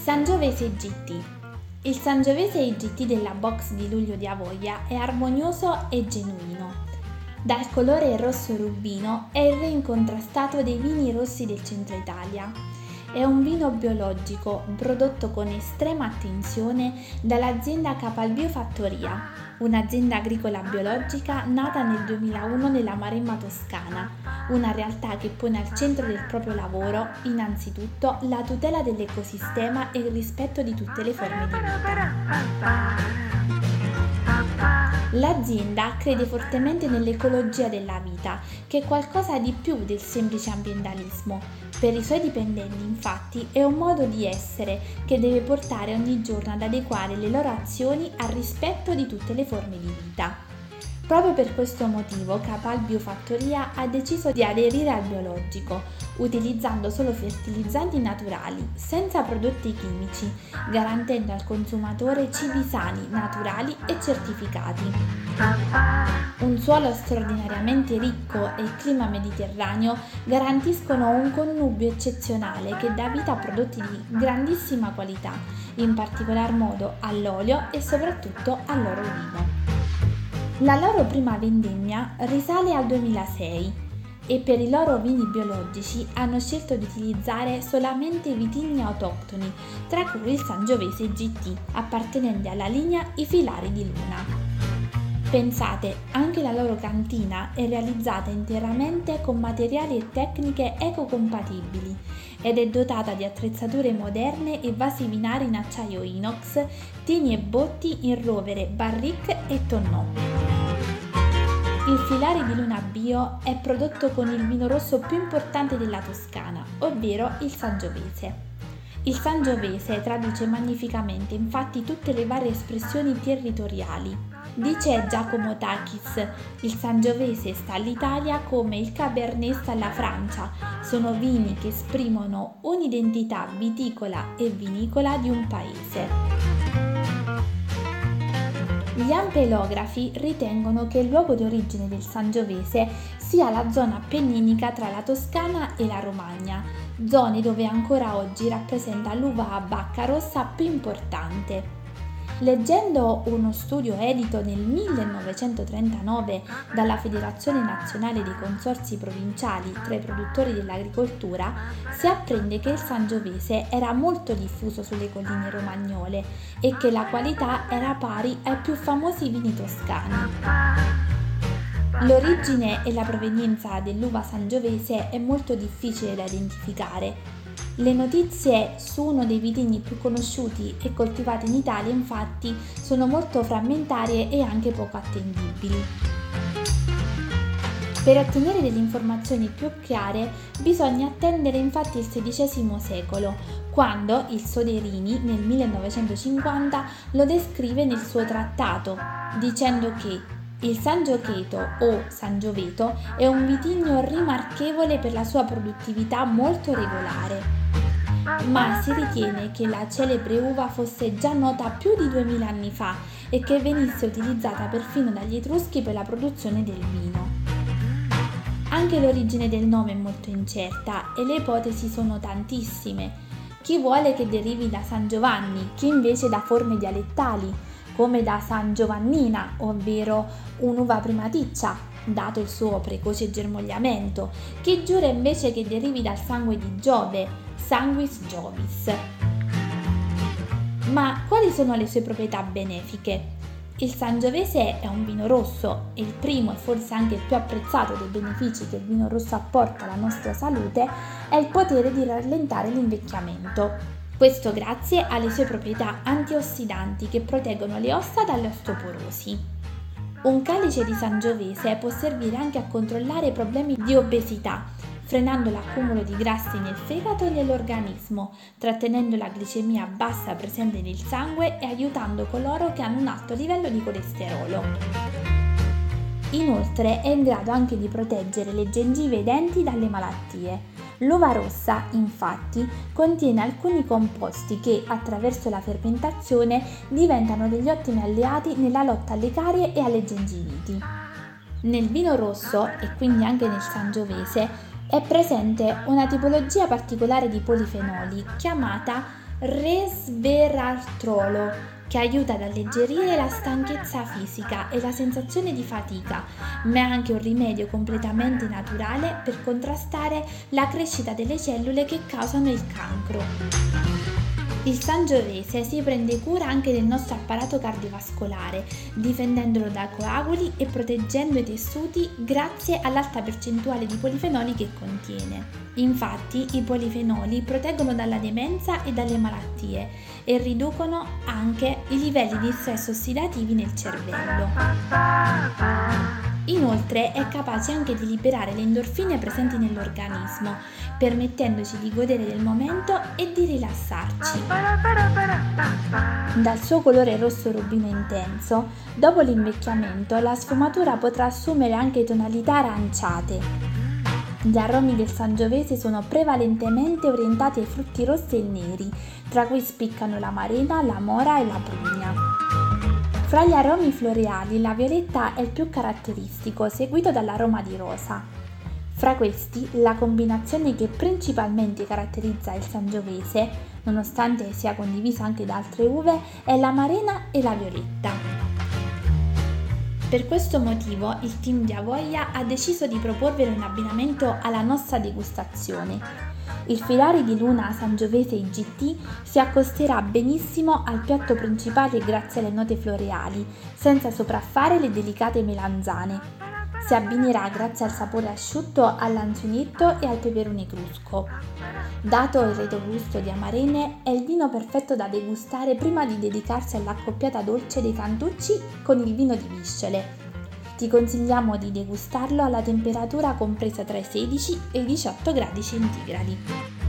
Sangiovese GT. Il Sangiovese IGT della box di Luglio di Avoia è armonioso e genuino. Dal colore rosso rubino è il re incontrastato dei vini rossi del centro Italia. È un vino biologico prodotto con estrema attenzione dall'azienda Capalbio Fattoria, un'azienda agricola biologica nata nel 2001 nella Maremma toscana, una realtà che pone al centro del proprio lavoro innanzitutto la tutela dell'ecosistema e il rispetto di tutte le forme di vita. L'azienda crede fortemente nell'ecologia della vita, che è qualcosa di più del semplice ambientalismo. Per i suoi dipendenti, infatti, è un modo di essere che deve portare ogni giorno ad adeguare le loro azioni al rispetto di tutte le forme di vita. Proprio per questo motivo Capalbio Fattoria ha deciso di aderire al biologico, utilizzando solo fertilizzanti naturali, senza prodotti chimici, garantendo al consumatore cibi sani, naturali e certificati. Un suolo straordinariamente ricco e il clima mediterraneo garantiscono un connubio eccezionale che dà vita a prodotti di grandissima qualità, in particolar modo all'olio e soprattutto al loro vino. La loro prima vendemmia risale al 2006 e per i loro vini biologici hanno scelto di utilizzare solamente vitigni autoctoni, tra cui il Sangiovese GT, appartenente alla linea I Filari di Luna. Pensate, anche la loro cantina è realizzata interamente con materiali e tecniche ecocompatibili ed è dotata di attrezzature moderne e vasi vinari in acciaio inox, tini e botti in rovere, barrique e tonneau. Il Filari di Luna Bio è prodotto con il vino rosso più importante della Toscana, ovvero il Sangiovese. Il Sangiovese traduce magnificamente infatti tutte le varie espressioni territoriali. Dice Giacomo Takis, il Sangiovese sta all'Italia come il Cabernet sta alla Francia, sono vini che esprimono un'identità viticola e vinicola di un paese. Gli ampelografi ritengono che il luogo di origine del Sangiovese sia la zona appenninica tra la Toscana e la Romagna, zone dove ancora oggi rappresenta l'uva a bacca rossa più importante. Leggendo uno studio edito nel 1939 dalla Federazione Nazionale dei Consorzi Provinciali tra i produttori dell'agricoltura, si apprende che il Sangiovese era molto diffuso sulle colline romagnole e che la qualità era pari ai più famosi vini toscani. L'origine e la provenienza dell'uva sangiovese è molto difficile da identificare. Le notizie su uno dei vitigni più conosciuti e coltivati in Italia, infatti, sono molto frammentarie e anche poco attendibili. Per ottenere delle informazioni più chiare bisogna attendere infatti il XVI secolo, quando il Soderini nel 1950 lo descrive nel suo trattato, dicendo che il Sangiocheto o Sangioveto è un vitigno rimarchevole per la sua produttività molto regolare, ma si ritiene che la celebre uva fosse già nota più di 2000 anni fa e che venisse utilizzata perfino dagli Etruschi per la produzione del vino. Anche l'origine del nome è molto incerta e le ipotesi sono tantissime. Chi vuole che derivi da San Giovanni, chi invece da forme dialettali, come da San Giovannina, ovvero un'uva primaticcia, dato il suo precoce germogliamento, chi giura invece che derivi dal sangue di Giove, Sanguis Jovis. Ma quali sono le sue proprietà benefiche? Il Sangiovese è un vino rosso e il primo e forse anche il più apprezzato dei benefici che il vino rosso apporta alla nostra salute è il potere di rallentare l'invecchiamento. Questo grazie alle sue proprietà antiossidanti che proteggono le ossa dalle osteoporosi. Un calice di Sangiovese può servire anche a controllare problemi di obesità, frenando l'accumulo di grassi nel fegato e nell'organismo, trattenendo la glicemia bassa presente nel sangue e aiutando coloro che hanno un alto livello di colesterolo. Inoltre è in grado anche di proteggere le gengive e i denti dalle malattie. L'uva rossa, infatti, contiene alcuni composti che, attraverso la fermentazione, diventano degli ottimi alleati nella lotta alle carie e alle gengiviti. Nel vino rosso, e quindi anche nel Sangiovese, è presente una tipologia particolare di polifenoli chiamata resveratrolo, che aiuta ad alleggerire la stanchezza fisica e la sensazione di fatica, ma è anche un rimedio completamente naturale per contrastare la crescita delle cellule che causano il cancro. Il Sangiovese si prende cura anche del nostro apparato cardiovascolare, difendendolo da coaguli e proteggendo i tessuti grazie all'alta percentuale di polifenoli che contiene. Infatti, i polifenoli proteggono dalla demenza e dalle malattie e riducono anche i livelli di stress ossidativi nel cervello. Inoltre è capace anche di liberare le endorfine presenti nell'organismo, permettendoci di godere del momento e di rilassarci. Dal suo colore rosso rubino intenso, dopo l'invecchiamento la sfumatura potrà assumere anche tonalità aranciate. Gli aromi del Sangiovese sono prevalentemente orientati ai frutti rossi e neri, tra cui spiccano l'amarena, la mora e la prugna. Fra gli aromi floreali la violetta è il più caratteristico, seguito dall'aroma di rosa. Fra questi, la combinazione che principalmente caratterizza il Sangiovese, nonostante sia condivisa anche da altre uve, è l'amarena e la violetta. Per questo motivo il team di Avoya ha deciso di proporvelo in abbinamento alla nostra degustazione. Il filari di Luna Sangiovese IGT si accosterà benissimo al piatto principale grazie alle note floreali, senza sopraffare le delicate melanzane. Si abbinerà grazie al sapore asciutto all'anzionetto e al peperone crusco. Dato il retrogusto di amarene, è il vino perfetto da degustare prima di dedicarsi all'accoppiata dolce dei cantucci con il vino di Viscele. Ti consigliamo di degustarlo alla temperatura compresa tra i 16 e i 18 gradi centigradi.